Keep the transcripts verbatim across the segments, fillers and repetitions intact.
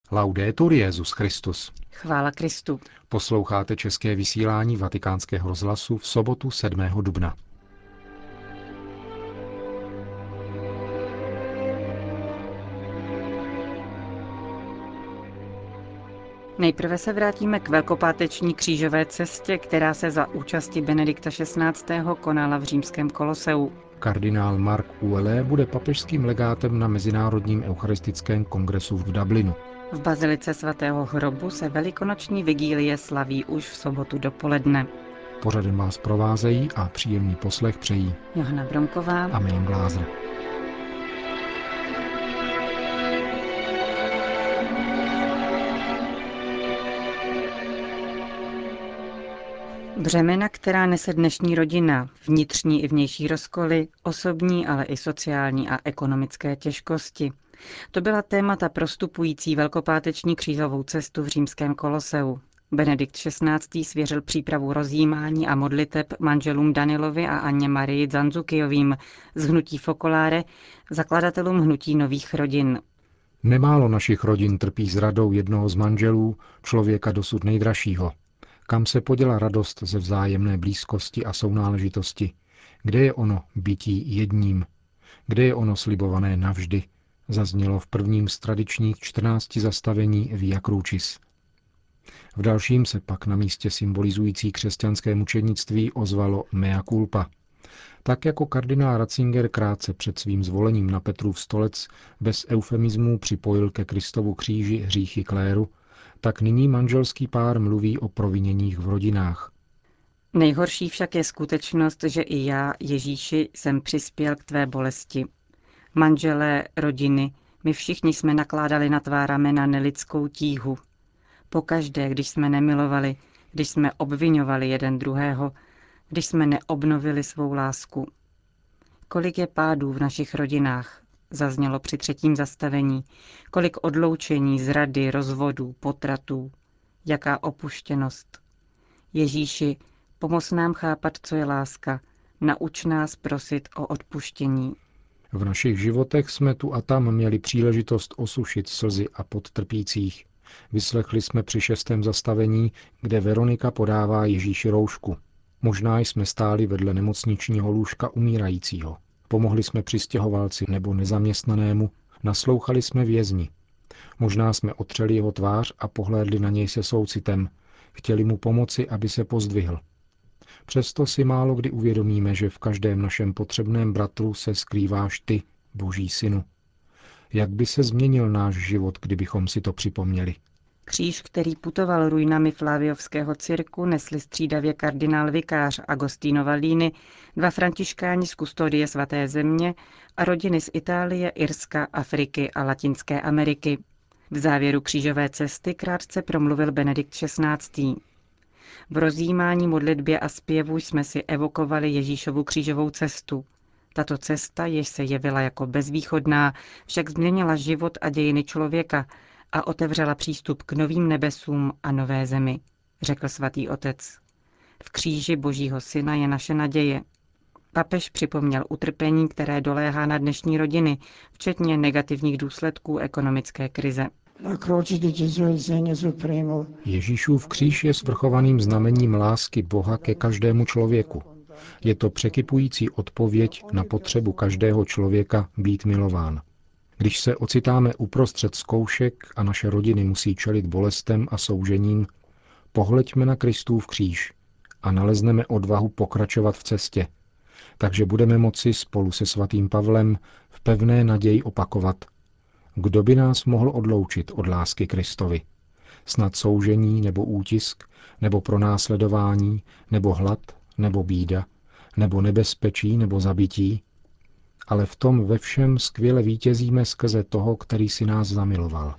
Laudetur Jesus Christus. Chvála Kristu. Posloucháte české vysílání Vatikánského rozhlasu v sobotu sedmého dubna. Nejprve se vrátíme k velkopáteční křížové cestě, která se za účasti Benedikta šestnáctého konala v římském Koloseu. Kardinál Mark Uele bude papežským legátem na Mezinárodním eucharistickém kongresu v Dublinu. V bazilice svatého hrobu se velikonoční vigílie slaví už v sobotu dopoledne. Pořadem vás provázejí a příjemný poslech přejí Johana Bromková a Milan Glázer. Břemena, která nese dnešní rodina, vnitřní i vnější rozkoly, osobní, ale i sociální a ekonomické těžkosti. To byla témata prostupující velkopáteční křížovou cestu v římském Koloseu. Benedikt šestnáctý svěřil přípravu rozjímání a modliteb manželům Danilovi a Anně Marii Zanzukijovým z hnutí Focolare, zakladatelům hnutí nových rodin. Nemálo našich rodin trpí zradou jednoho z manželů, člověka dosud nejdražšího. Kam se poděla radost ze vzájemné blízkosti a sounáležitosti? Kde je ono bytí jedním? Kde je ono slibované navždy? Zaznělo v prvním z tradičních čtrnácti zastavení Via Crucis. V dalším se pak na místě symbolizující křesťanské mučednictví ozvalo mea culpa. Tak jako kardinál Ratzinger krátce před svým zvolením na Petrův stolec bez eufemismů připojil ke Kristovu kříži hříchy kléru, tak nyní manželský pár mluví o proviněních v rodinách. Nejhorší však je skutečnost, že i já, Ježíši, jsem přispěl k tvé bolesti. Manželé, rodiny, my všichni jsme nakládali na tvá ramena nelidskou tíhu. Pokaždé, když jsme nemilovali, když jsme obviňovali jeden druhého, když jsme neobnovili svou lásku. Kolik je pádů v našich rodinách, zaznělo při třetím zastavení, kolik odloučení, zrady, rozvodů, potratů, jaká opuštěnost. Ježíši, pomoz nám chápat, co je láska, nauč nás prosit o odpuštění. V našich životech jsme tu a tam měli příležitost osušit slzy a pot trpících. Vyslechli jsme při šestém zastavení, kde Veronika podává Ježíši roušku. Možná jsme stáli vedle nemocničního lůžka umírajícího. Pomohli jsme přistěhovalci nebo nezaměstnanému, naslouchali jsme vězni. Možná jsme otřeli jeho tvář a pohlédli na něj se soucitem. Chtěli mu pomoci, aby se pozdvihl. Přesto si málo kdy uvědomíme, že v každém našem potřebném bratru se skrýváš ty, Boží synu. Jak by se změnil náš život, kdybychom si to připomněli? Kříž, který putoval ruinami Fláviovského cirku, nesli střídavě kardinál vikář Agostino Vallini, dva františkáni z kustodie svaté země a rodiny z Itálie, Irska, Afriky a Latinské Ameriky. V závěru křížové cesty krátce promluvil Benedikt šestnáctý. V rozjímání, modlitbě a zpěvu jsme si evokovali Ježíšovu křížovou cestu. Tato cesta, jež se jevila jako bezvýchodná, však změnila život a dějiny člověka a otevřela přístup k novým nebesům a nové zemi, řekl svatý otec. V kříži Božího syna je naše naděje. Papež připomněl utrpení, které doléhá na dnešní rodiny, včetně negativních důsledků ekonomické krize. Ježíšův kříž je svrchovaným znamením lásky Boha ke každému člověku. Je to překypující odpověď na potřebu každého člověka být milován. Když se ocitáme uprostřed zkoušek a naše rodiny musí čelit bolestem a soužením, pohleďme na Kristův kříž a nalezneme odvahu pokračovat v cestě, takže budeme moci spolu se svatým Pavlem v pevné naději opakovat: kdo by nás mohl odloučit od lásky Kristovi? Snad soužení nebo útisk, nebo pronásledování, nebo hlad, nebo bída, nebo nebezpečí, nebo zabití? Ale v tom ve všem skvěle vítězíme skrze toho, který si nás zamiloval.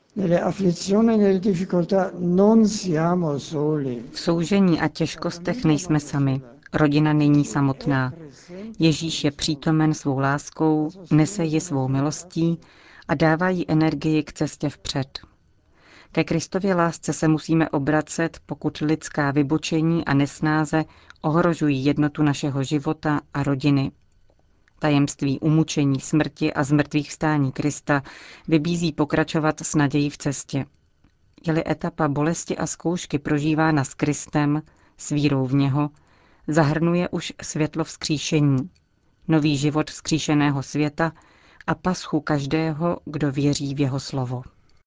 V soužení a těžkostech nejsme sami. Rodina není samotná. Ježíš je přítomen svou láskou, nese ji svou milostí a dává jí energii k cestě vpřed. Ke Kristově lásce se musíme obracet, pokud lidská vybočení a nesnáze ohrožují jednotu našeho života a rodiny. Tajemství umučení, smrti a zmrtvých vstání Krista vybízí pokračovat s nadějí v cestě. Je-li etapa bolesti a zkoušky prožívána s Kristem, s vírou v něho, zahrnuje už světlo vzkříšení, nový život vzkříšeného světa a paschu každého, kdo věří v jeho slovo.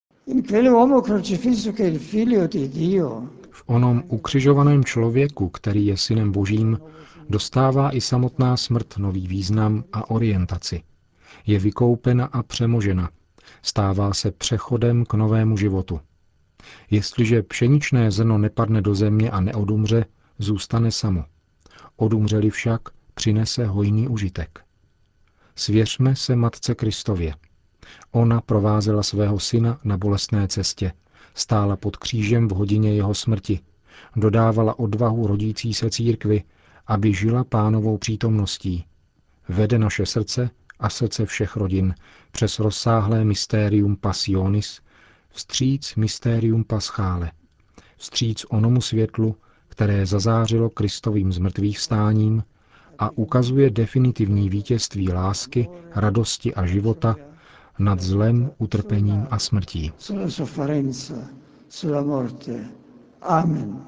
V onom ukřižovaném člověku, který je synem Božím, dostává i samotná smrt nový význam a orientaci. Je vykoupena a přemožena. Stává se přechodem k novému životu. Jestliže pšeničné zrno nepadne do země a neodumře, zůstane samo. Odumřeli však, přinese hojný užitek. Svěřme se Matce Kristově. Ona provázela svého syna na bolestné cestě, stála pod křížem v hodině jeho smrti, dodávala odvahu rodící se církvi, aby žila Pánovou přítomností. Vede naše srdce a srdce všech rodin přes rozsáhlé mystérium Passionis, vstříc mystérium Paschále, vstříc onomu světlu, které zazářilo Kristovým zmrtvýchvstáním a ukazuje definitivní vítězství lásky, radosti a života nad zlem, utrpením a smrtí. Amen.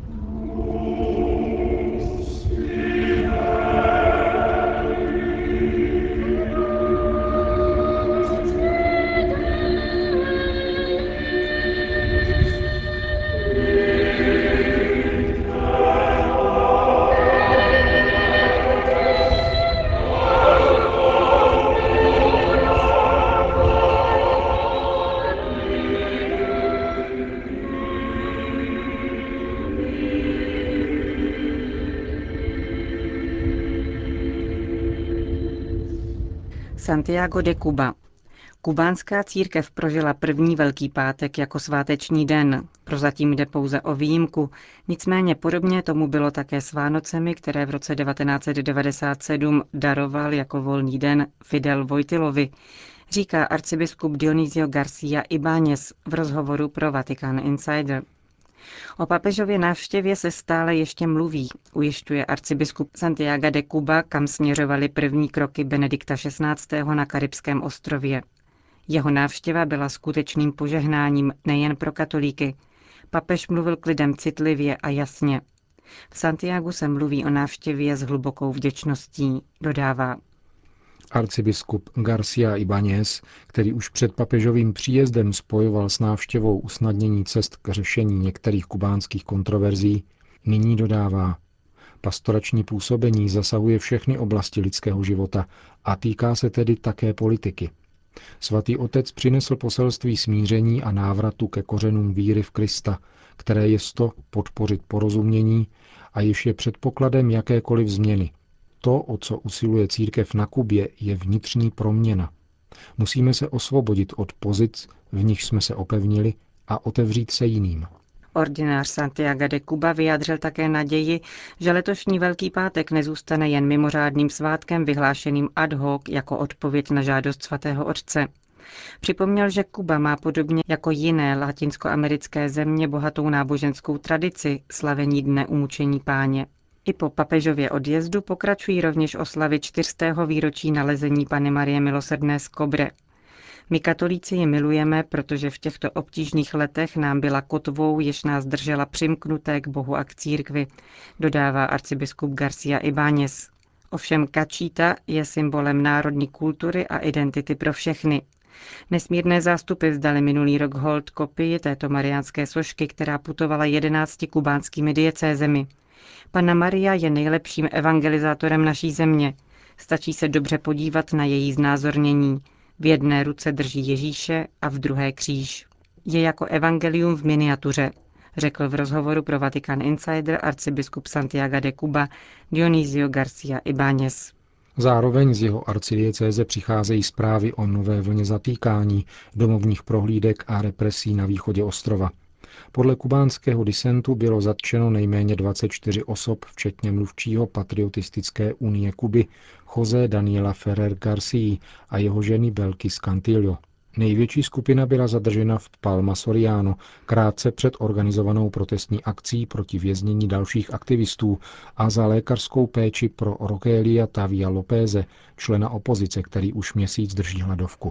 Santiago de Cuba. Kubánská církev prožila první Velký pátek jako sváteční den. Prozatím jde pouze o výjimku, nicméně podobně tomu bylo také s Vánocemi, které v roce devatenáct set devadesát sedm daroval jako volný den Fidel Wojtylovi, říká arcibiskup Dionisio García Ibáñez v rozhovoru pro Vatican Insider. O papežově návštěvě se stále ještě mluví, ujišťuje arcibiskup Santiago de Cuba, kam směřovaly první kroky Benedikta šestnáctého na Karibském ostrově. Jeho návštěva byla skutečným požehnáním nejen pro katolíky. Papež mluvil k lidem citlivě a jasně. V Santiagu se mluví o návštěvě s hlubokou vděčností, dodává. Arcibiskup García Ibáñez, který už před papežovým příjezdem spojoval s návštěvou usnadnění cest k řešení některých kubánských kontroverzí, nyní dodává: pastorační působení zasahuje všechny oblasti lidského života a týká se tedy také politiky. Svatý otec přinesl poselství smíření a návratu ke kořenům víry v Krista, které je sto podpořit porozumění a jež je předpokladem jakékoliv změny. To, o co usiluje církev na Kubě, je vnitřní proměna. Musíme se osvobodit od pozic, v nich jsme se opevnili, a otevřít se jiným. Ordinář Santiago de Cuba vyjádřil také naději, že letošní Velký pátek nezůstane jen mimořádným svátkem vyhlášeným ad hoc jako odpověď na žádost svatého otce. Připomněl, že Kuba má podobně jako jiné latinskoamerické země bohatou náboženskou tradici slavení dne umučení Páně. I po papežově odjezdu pokračují rovněž oslavy čtyřstého výročí nalezení Panny Marie Milosrdné z Kobre. My katolíci ji milujeme, protože v těchto obtížných letech nám byla kotvou, jež nás držela přimknuté k Bohu a k církvi, dodává arcibiskup García Ibáñez. Ovšem Kačíta je symbolem národní kultury a identity pro všechny. Nesmírné zástupy vzdali minulý rok hold kopii této mariánské sošky, která putovala jedenácti kubánskými diecézemi. Panna Maria je nejlepším evangelizátorem naší země. Stačí se dobře podívat na její znázornění. V jedné ruce drží Ježíše a v druhé kříž. Je jako evangelium v miniatuře, řekl v rozhovoru pro Vatican Insider arcibiskup Santiago de Cuba Dionisio García Ibáñez. Zároveň z jeho arcidiecéze přicházejí zprávy o nové vlně zatýkání, domovních prohlídek a represí na východě ostrova. Podle kubánského disentu bylo zatčeno nejméně dvacet čtyři osob, včetně mluvčího Patriotistické unie Kuby José Daniela Ferrer García a jeho ženy Belkis Cantillo. Největší skupina byla zadržena v Palma Soriano krátce před organizovanou protestní akcí proti věznění dalších aktivistů a za lékařskou péči pro Rogelia Tavia Lopéze, člena opozice, který už měsíc drží hladovku.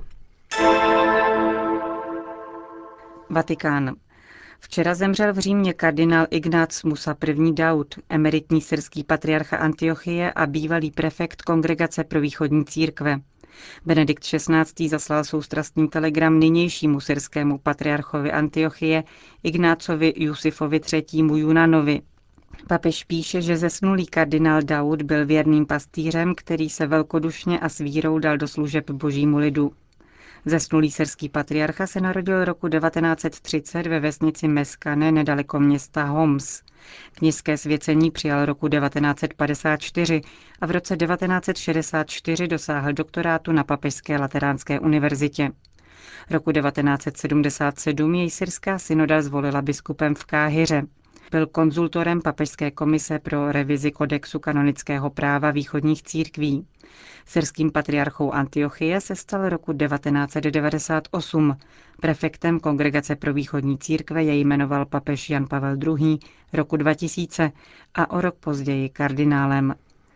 Vatikán. Včera zemřel v Římě kardinál Ignác Musa I. Daud, emeritní syrský patriarcha Antiochie a bývalý prefekt Kongregace pro východní církve. Benedikt šestnáctý. Zaslal soustrastný telegram nynějšímu syrskému patriarchovi Antiochie Ignácovi Jusifovi třetímu. Junanovi. Papež píše, že zesnulý kardinál Daud byl věrným pastýřem, který se velkodušně a s vírou dal do služeb božímu lidu. Zesnulý syrský patriarcha se narodil roku devatenáct set třicet ve vesnici Meskane nedaleko města Homs. Kněžské svěcení přijal roku devatenáct set padesát čtyři a v roce devatenáct set šedesát čtyři dosáhl doktorátu na Papežské lateránské univerzitě. Roku devatenáct set sedmdesát sedm jej syrská synoda zvolila biskupem v Káhiře. Byl konzultorem Papežské komise pro revizi kodexu kanonického práva východních církví. Syrským patriarchou Antiochie se stal roku devatenáct set devadesát osm. Prefektem Kongregace pro východní církve jej jmenoval papež Jan Pavel druhý. roku dva tisíce a o rok později kardinálem.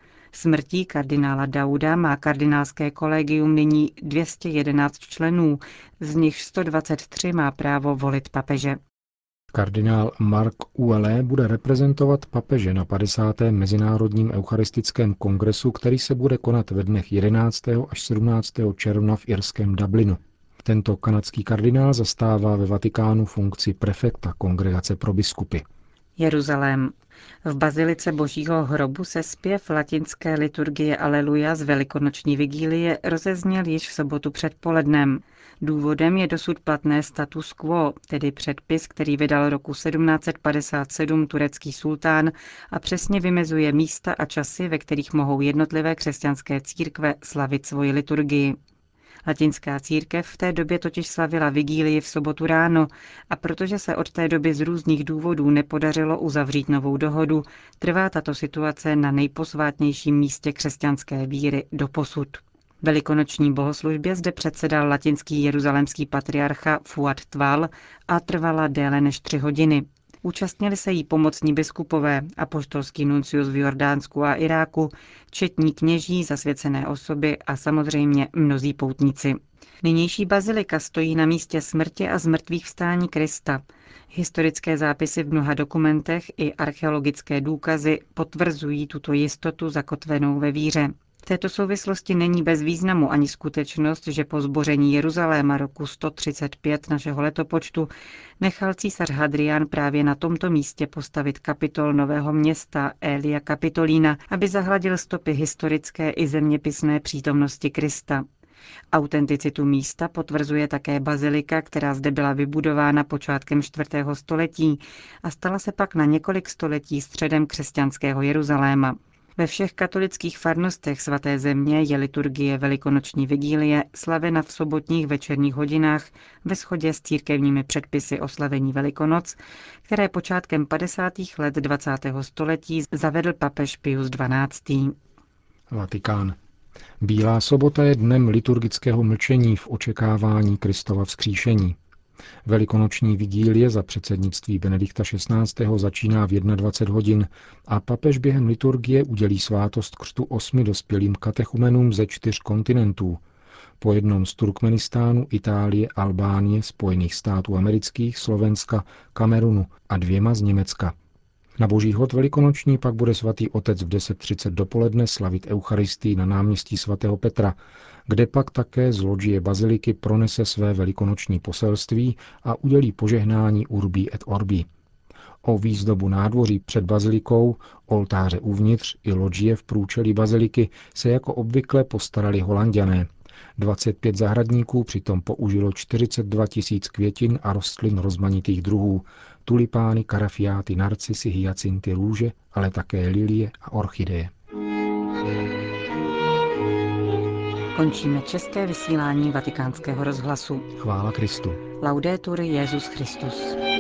Smrtí kardinála Dauda má kardinálské kolegium nyní dvě stě jedenáct členů, z nich sto dvacet tři má právo volit papeže. Kardinál Mark Uele bude reprezentovat papeže na padesátém Mezinárodním eucharistickém kongresu, který se bude konat ve dnech jedenáctého až sedmnáctého června v irském Dublinu. Tento kanadský kardinál zastává ve Vatikánu funkci prefekta Kongregace pro biskupy. Jeruzalém. V bazilice Božího hrobu se zpěv latinské liturgie Aleluja z velikonoční vigílie rozezněl již v sobotu předpolednem. Důvodem je dosud platné status quo, tedy předpis, který vydal roku sedmnáct set padesát sedm turecký sultán a přesně vymezuje místa a časy, ve kterých mohou jednotlivé křesťanské církve slavit svoji liturgii. Latinská církev v té době totiž slavila vigílii v sobotu ráno a protože se od té doby z různých důvodů nepodařilo uzavřít novou dohodu, trvá tato situace na nejposvátnějším místě křesťanské víry doposud. Velikonoční bohoslužbě zde předsedal latinský jeruzalémský patriarcha Fuad Tval a trvala déle než tři hodiny. Účastnili se jí pomocní biskupové, apoštolský nuncius v Jordánsku a Iráku, četní kněží, zasvěcené osoby a samozřejmě mnozí poutníci. Nynější bazilika stojí na místě smrti a zmrtvých vstání Krista. Historické zápisy v mnoha dokumentech i archeologické důkazy potvrzují tuto jistotu zakotvenou ve víře. V této souvislosti není bez významu ani skutečnost, že po zboření Jeruzaléma roku sto třicet pět našeho letopočtu nechal císař Hadrián právě na tomto místě postavit kapitol nového města Aelia Capitolina, aby zahladil stopy historické i zeměpisné přítomnosti Krista. Autenticitu místa potvrzuje také bazilika, která zde byla vybudována počátkem čtvrtého století a stala se pak na několik století středem křesťanského Jeruzaléma. Ve všech katolických farnostech svaté země je liturgie velikonoční vigílie slavena v sobotních večerních hodinách ve shodě s církevními předpisy o slavení Velikonoc, které počátkem padesátých let dvacátého století zavedl papež Pius dvanáctý. Vatikán. Bílá sobota je dnem liturgického mlčení v očekávání Kristova vzkříšení. Velikonoční vigílie za předsednictví Benedikta šestnáctého začíná v dvacet jedna hodin a papež během liturgie udělí svátost křtu osmi dospělým katechumenům ze čtyř kontinentů, po jednom z Turkmenistánu, Itálie, Albánie, Spojených států amerických, Slovenska, Kamerunu a dvěma z Německa. Na boží hod velikonoční pak bude svatý otec v deset třicet dopoledne slavit eucharistii na náměstí svatého Petra, kde pak také z lodžie baziliky pronese své velikonoční poselství a udělí požehnání Urbi et Orbi. O výzdobu nádvoří před bazilikou, oltáře uvnitř i lodžie v průčelí baziliky se jako obvykle postarali Holanďané. dvacet pět zahradníků přitom použilo čtyřicet dva tisíc květin a rostlin rozmanitých druhů, tulipány, karafiáty, narcisy, hyacinty, růže, ale také lilie a orchideje. Končíme české vysílání Vatikánského rozhlasu. Chvála Kristu. Laudetur Jesus Christus.